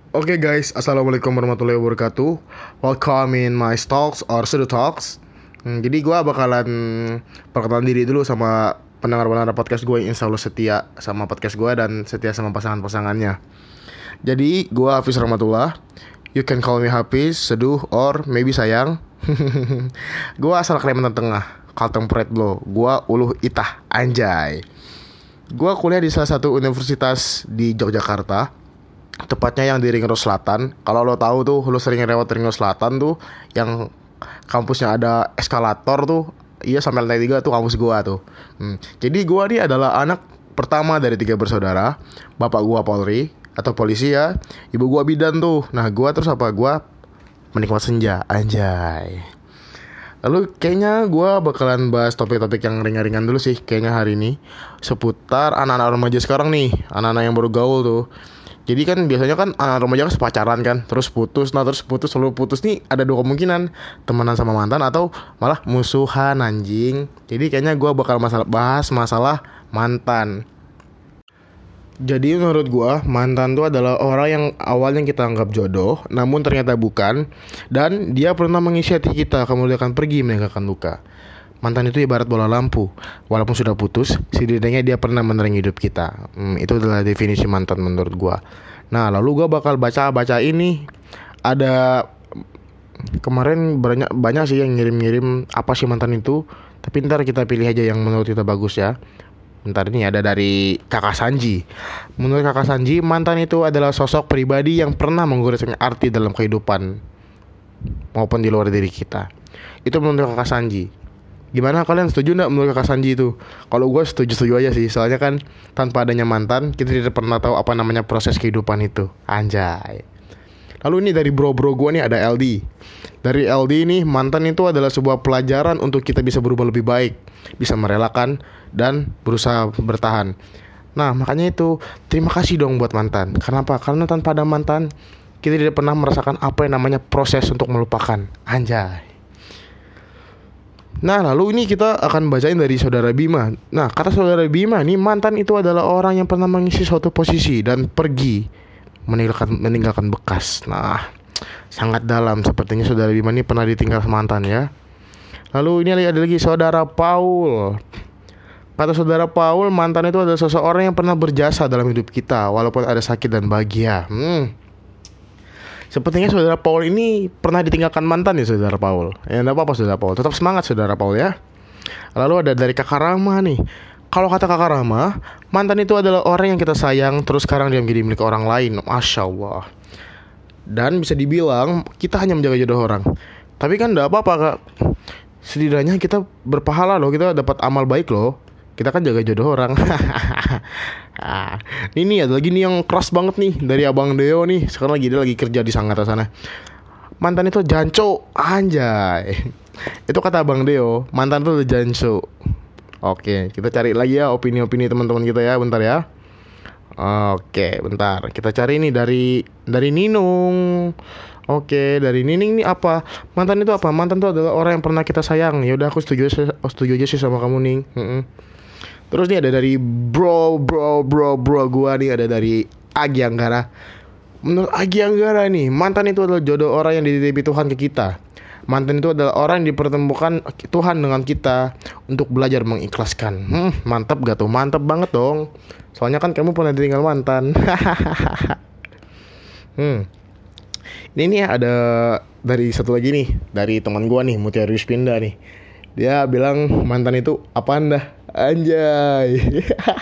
Oke guys, assalamualaikum warahmatullahi wabarakatuh. Welcome in my talks or Sudu Talks. Jadi gue bakalan perkenalan diri dulu sama pendengar-pendengar podcast gue yang insya Allah setia sama podcast gue dan setia sama pasangan-pasangannya. Jadi gue Hafiz Rahmatullah. You can call me Hafiz, Seduh, or maybe Sayang. Gue asal Kalimantan Tengah, Kalteng Pret Blo. Gue uluh itah, anjay. Gue kuliah di salah satu universitas di Yogyakarta, tepatnya yang di Ring Road Selatan. Kalau lo tahu tuh, lo sering lewat Ring Road Selatan tuh, yang kampusnya ada eskalator tuh. Iya, sampai lantai 3 tuh kampus gua tuh. Jadi gua nih adalah anak pertama dari 3 bersaudara. Bapak gua Polri atau polisi ya. Ibu gua bidan tuh. Nah, gua menikmat senja, anjay. Lalu kayaknya gue bakalan bahas topik-topik yang ringan-ringan dulu sih kayaknya hari ini, seputar anak-anak remaja sekarang nih, anak-anak yang baru gaul tuh. Jadi kan biasanya kan anak remaja kan pacaran kan, terus putus, selalu putus nih ada dua kemungkinan, temenan sama mantan atau malah musuhan anjing. Jadi kayaknya gue bakal bahas masalah mantan. Jadi menurut gua, mantan itu adalah orang yang awalnya kita anggap jodoh, namun ternyata bukan. Dan dia pernah mengisi hati kita, kemudian akan pergi meninggalkan luka. Mantan itu ibarat bola lampu. Walaupun sudah putus, setidaknya dia pernah menerangi hidup kita. Itu adalah definisi mantan menurut gua. Nah, lalu gua bakal baca ini. Ada kemarin banyak sih yang ngirim-ngirim apa sih mantan itu. Tapi ntar kita pilih aja yang menurut kita bagus ya. Bentar, ini ada dari Kakak Sanji. Menurut Kakak Sanji, mantan itu adalah sosok pribadi yang pernah menggoreskan arti dalam kehidupan maupun di luar diri kita. Itu menurut Kakak Sanji. Gimana, kalian setuju gak menurut Kakak Sanji itu? Kalau gue setuju aja sih. Soalnya kan tanpa adanya mantan, kita tidak pernah tahu apa namanya proses kehidupan itu. Anjay. Lalu ini dari bro-bro gue nih ada LD. Dari LD ini, mantan itu adalah sebuah pelajaran untuk kita bisa berubah lebih baik, bisa merelakan dan berusaha bertahan. Nah, makanya itu terima kasih dong buat mantan. Kenapa? Karena tanpa ada mantan, kita tidak pernah merasakan apa yang namanya proses untuk melupakan. Anjay. Nah, lalu ini kita akan bacain dari Saudara Bima. Nah, kata Saudara Bima nih, mantan itu adalah orang yang pernah mengisi suatu posisi dan pergi meninggalkan bekas. Nah, sangat dalam. Sepertinya Saudara Bima ini pernah ditinggal mantan ya. Lalu ini ada lagi Saudara Paul. Kata Saudara Paul, mantan itu adalah seseorang yang pernah berjasa dalam hidup kita, walaupun ada sakit dan bahagia. Sepertinya Saudara Paul ini pernah ditinggalkan mantan ya Saudara Paul. Ya enggak apa-apa Saudara Paul, tetap semangat Saudara Paul ya. Lalu ada dari Kakak Rama nih. Kalau kata Kakak Rama, mantan itu adalah orang yang kita sayang, terus sekarang dia menjadi milik orang lain. Masya Allah. Dan bisa dibilang kita hanya menjaga jodoh orang. Tapi kan enggak apa-apa Kak. Setidaknya kita berpahala loh, kita dapat amal baik loh. Kita kan jaga jodoh orang. Ini ada lagi nih yang keras banget nih dari Abang Deo nih. Sekarang dia lagi kerja di Sangatta sana. Mantan itu janco, anjay. Itu kata Abang Deo, mantan itu janco. Oke, kita cari lagi ya opini-opini teman-teman kita ya, bentar ya. Oke, bentar. Kita cari nih dari Ninung. Oke, dari Nining nih apa? Mantan itu apa? Mantan itu adalah orang yang pernah kita sayang. Ya udah, aku setuju aja sih sama kamu Ning. Terus nih ada dari bro gua nih, ada dari Agi Anggara. Menurut Agi Anggara nih, mantan itu adalah jodoh orang yang dititipi Tuhan ke kita. Mantan itu adalah orang yang dipertemukan Tuhan dengan kita untuk belajar mengikhlaskan. Mantap gak tuh? Mantap banget dong. Soalnya kan kamu pernah ditinggal mantan. Ini nih ada dari satu lagi nih, dari teman gua nih, Mutiara Yuspinda nih. Dia bilang mantan itu apaan dah? Anjay.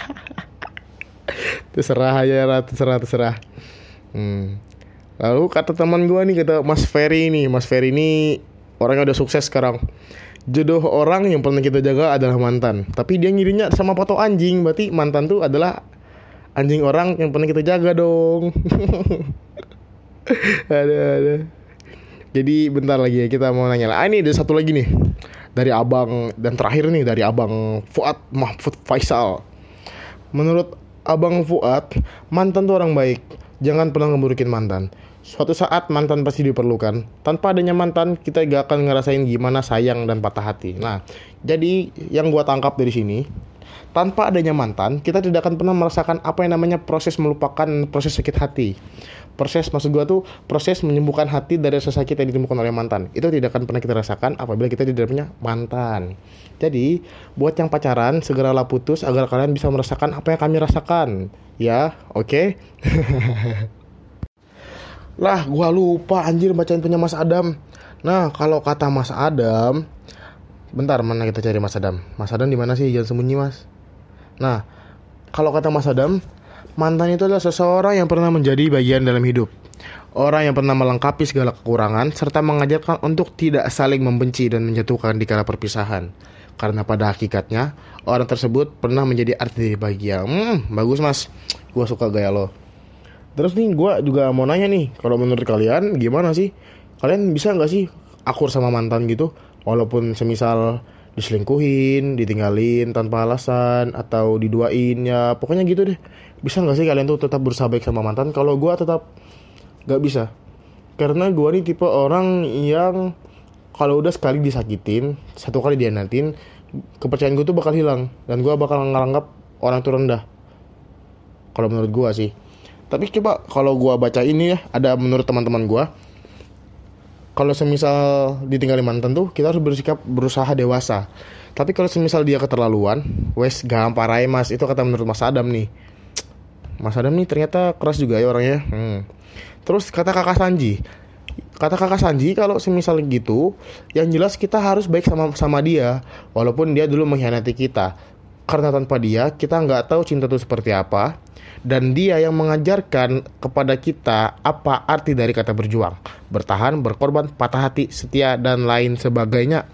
Terserah aja, terserah. Lalu kata teman gue nih, kata Mas Ferry nih. Mas Ferry ini orangnya udah sukses sekarang. Jodoh orang yang pernah kita jaga adalah mantan. Tapi dia ngirimnya sama foto anjing. Berarti mantan tuh adalah anjing orang yang pernah kita jaga dong. Ada. Jadi bentar lagi ya, kita mau nanya lah. Ini ada satu lagi nih dari abang, dan terakhir nih dari Abang Fuad Mahfud Faisal. Menurut Abang Fuad, mantan tuh orang baik. Jangan pernah ngeburukin mantan. Suatu saat mantan pasti diperlukan. Tanpa adanya mantan, kita gak akan ngerasain gimana sayang dan patah hati. Nah, jadi yang gua tangkap dari sini, Tanpa adanya mantan, kita tidak akan pernah merasakan apa yang namanya proses melupakan, proses sakit hati. Proses, maksud gue tuh, proses menyembuhkan hati dari rasa sakit yang ditemukan oleh mantan. Itu tidak akan pernah kita rasakan apabila kita tidak punya mantan. Jadi, buat yang pacaran, segeralah putus agar kalian bisa merasakan apa yang kami rasakan. Ya, oke? Lah, gua lupa anjir bacain punya Mas Adam. Nah, kalau kata Mas Adam, bentar, mana kita cari Mas Adam? Mas Adam di mana sih? Jangan sembunyi, Mas. Nah, kalau kata Mas Adam, mantan itu adalah seseorang yang pernah menjadi bagian dalam hidup. Orang yang pernah melengkapi segala kekurangan serta mengajarkan untuk tidak saling membenci dan menjatuhkan di kala perpisahan. Karena pada hakikatnya, orang tersebut pernah menjadi arti dari bahagia. Bagus, Mas. Gua suka gaya lo. Terus nih, gue juga mau nanya nih, kalau menurut kalian gimana sih? Kalian bisa nggak sih akur sama mantan gitu? Walaupun semisal diselingkuhin, ditinggalin tanpa alasan, atau diduain, ya pokoknya gitu deh. Bisa nggak sih kalian tuh tetap berusaha baik sama mantan? Kalau gue tetap nggak bisa. Karena gue nih tipe orang yang kalau udah sekali disakitin, satu kali dianatin, kepercayaan gue tuh bakal hilang. Dan gue bakal nganggap orang itu rendah. Kalau menurut gue sih. Tapi coba kalau gue baca ini ya, ada menurut teman-teman gue, kalau semisal ditinggalin mantan tuh kita harus bersikap berusaha dewasa. Tapi kalau semisal dia keterlaluan, wes gampang aja Mas. Itu kata menurut Mas Adam nih. Mas Adam nih ternyata keras juga ya orangnya. Terus kata kakak Sanji. Kata kakak Sanji kalau semisal gitu, yang jelas kita harus baik sama dia, walaupun dia dulu mengkhianati kita. Karena tanpa dia kita nggak tahu cinta itu seperti apa. Dan dia yang mengajarkan kepada kita apa arti dari kata berjuang, bertahan, berkorban, patah hati, setia, dan lain sebagainya.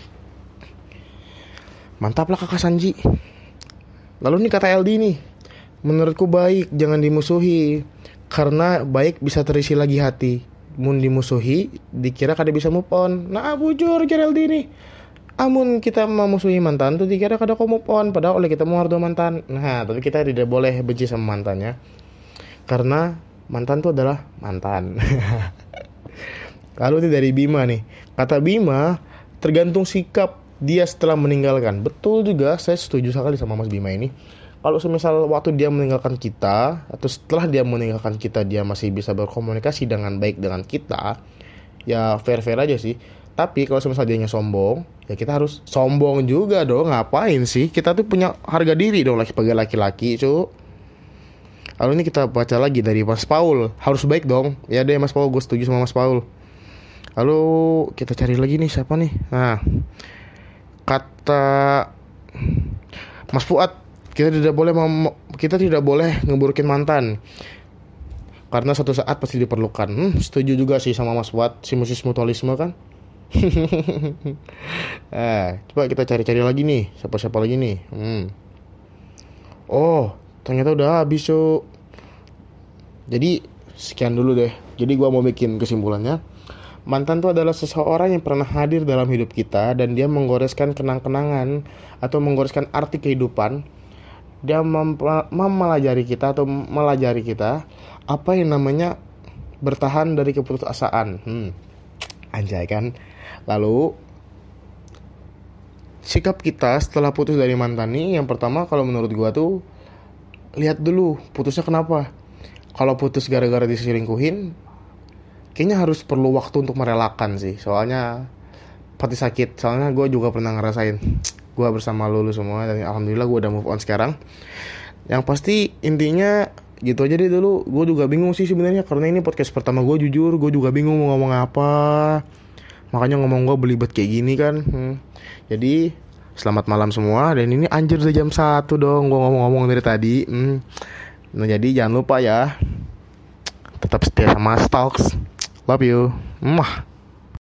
Mantap lah kakak Sanji. Lalu nih kata LD nih, menurutku baik jangan dimusuhi, karena baik bisa terisi lagi hati. Mun dimusuhi dikira kada bisa move on. Nah bujur jar LD nih. Amun kita memusuhi mantan tuh dikira kada kok move on, padahal oleh kita mau hardo mantan. Nah, tapi kita tidak boleh benci sama mantannya. Karena mantan tuh adalah mantan. Lalu ini dari Bima nih. Kata Bima, tergantung sikap dia setelah meninggalkan. Betul juga, saya setuju sekali sama Mas Bima ini. Kalau semisal waktu dia meninggalkan kita, atau setelah dia meninggalkan kita dia masih bisa berkomunikasi dengan baik dengan kita, ya fair-fair aja sih. Tapi kalau misalnya dianya sombong, ya kita harus sombong juga dong. Ngapain sih? Kita tuh punya harga diri dong sebagai laki-laki, cu. Lalu ini kita baca lagi dari Mas Paul. Harus baik dong. Ya deh Mas Paul, gue setuju sama Mas Paul. Lalu kita cari lagi nih siapa nih? Nah, kata Mas Fuad, kita tidak boleh ngeburukin mantan. Karena suatu saat pasti diperlukan. Setuju juga sih sama Mas Fuad, simusis mutualisme kan. Coba kita cari-cari lagi nih. Siapa lagi nih? Oh, ternyata udah habis, Cuk. Jadi sekian dulu deh. Jadi gua mau bikin kesimpulannya. Mantan itu adalah seseorang yang pernah hadir dalam hidup kita, dan dia menggoreskan kenang-kenangan atau menggoreskan arti kehidupan. Dia melajari kita apa yang namanya bertahan dari keputusasaan. Anjay kan. Lalu sikap kita setelah putus dari mantan nih, yang pertama kalau menurut gua tuh lihat dulu putusnya kenapa. Kalau putus gara-gara diselingkuhin, kayaknya harus perlu waktu untuk merelakan sih. Soalnya pasti sakit. Soalnya gua juga pernah ngerasain. Gua bersama lulu semua dan alhamdulillah gua udah move on sekarang. Yang pasti intinya gitu aja deh dulu. Gua juga bingung sih sebenarnya karena ini podcast pertama gua, jujur gua juga bingung mau ngomong apa. Makanya ngomong gue belibet kayak gini kan. Jadi selamat malam semua. Dan ini anjir udah jam 1 dong gue ngomong-ngomong dari tadi. Nah jadi jangan lupa ya, tetap setia sama Stalks. Love you.